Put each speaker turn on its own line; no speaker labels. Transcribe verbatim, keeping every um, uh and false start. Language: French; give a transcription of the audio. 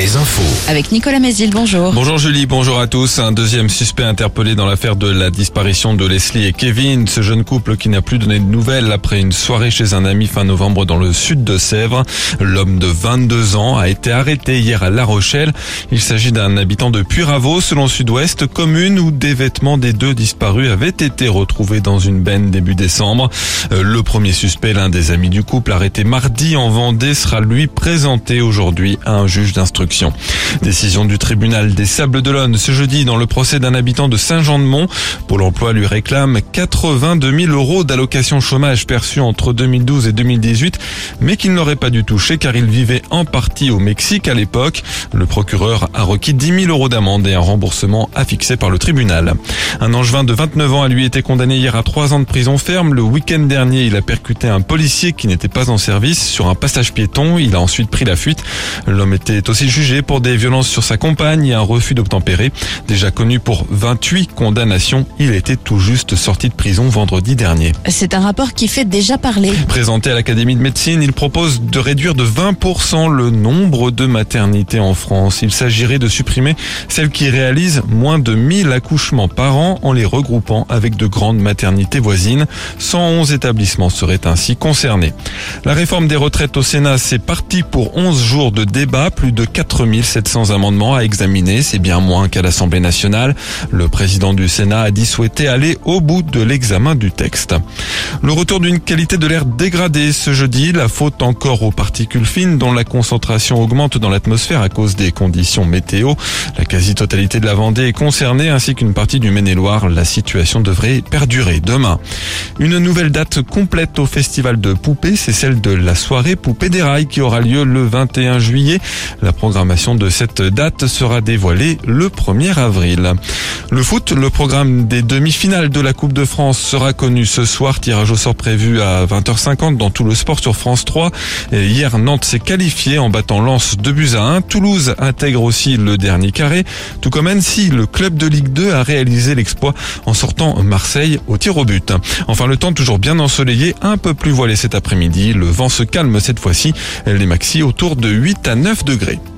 les infos.
Avec Nicolas Mézil, bonjour.
Bonjour Julie, bonjour à tous. Un deuxième suspect interpellé dans l'affaire de la disparition de Leslie et Kevin, ce jeune couple qui n'a plus donné de nouvelles après une soirée chez un ami fin novembre dans le sud de Sèvres. L'homme de vingt-deux ans a été arrêté hier à La Rochelle. Il s'agit d'un habitant de Puyraveau, selon Sud-Ouest, commune où des vêtements des deux disparus avaient été retrouvés dans une benne début décembre. Le premier suspect, l'un des amis du couple, arrêté mardi en Vendée, sera lui présenté aujourd'hui à un juge d'instruction. Décision du tribunal des Sables-d'Olonne ce jeudi dans le procès d'un habitant de Saint-Jean-de-Mont. Pôle emploi lui réclame quatre-vingt-deux mille euros d'allocation chômage perçue entre deux mille douze et deux mille dix-huit, mais qu'il n'aurait pas dû toucher car il vivait en partie au Mexique à l'époque. Le procureur a requis dix mille euros d'amende et un remboursement affixé par le tribunal. Un Angevin de vingt-neuf ans a lui été condamné hier à trois ans de prison ferme. Le week-end dernier, il a percuté un policier qui n'était pas en service sur un passage piéton. Il a ensuite pris la fuite. L'homme était aussi jugé pour des violences sur sa compagne et un refus d'obtempérer. Déjà connu pour vingt-huit condamnations, il était tout juste sorti de prison vendredi dernier.
C'est un rapport qui fait déjà parler.
Présenté à l'Académie de médecine, il propose de réduire de vingt pour cent le nombre de maternités en France. Il s'agirait de supprimer celles qui réalisent moins de mille accouchements par an en les regroupant avec de grandes maternités voisines. cent onze établissements seraient ainsi concernés. La réforme des retraites au Sénat, c'est parti pour onze jours de débat, plus de quatre mille sept cents amendements à examiner, c'est bien moins qu'à l'Assemblée nationale. Le président du Sénat a dit souhaiter aller au bout de l'examen du texte. Le retour d'une qualité de l'air dégradée ce jeudi, la faute encore aux particules fines dont la concentration augmente dans l'atmosphère à cause des conditions météo. La quasi-totalité de la Vendée est concernée ainsi qu'une partie du Maine-et-Loire. La situation devrait perdurer demain. Une nouvelle date complète au festival de poupées, c'est celle de la soirée Poupée des Rails qui aura lieu le vingt et un juillet. La programmation de cette date sera dévoilée le premier avril. Le foot, le programme des demi-finales de la Coupe de France sera connu ce soir. Tirage au sort prévu à vingt heures cinquante dans Tout le Sport sur France trois. Et hier, Nantes s'est qualifié en battant Lens deux buts à un. Toulouse intègre aussi le dernier carré. Tout comme Annecy, le club de Ligue deux a réalisé l'exploit en sortant Marseille au tir au but. Enfin, le temps toujours bien ensoleillé, un peu plus voilé cet après-midi. Le vent se calme cette fois-ci. Les maxis autour de huit à neuf degrés.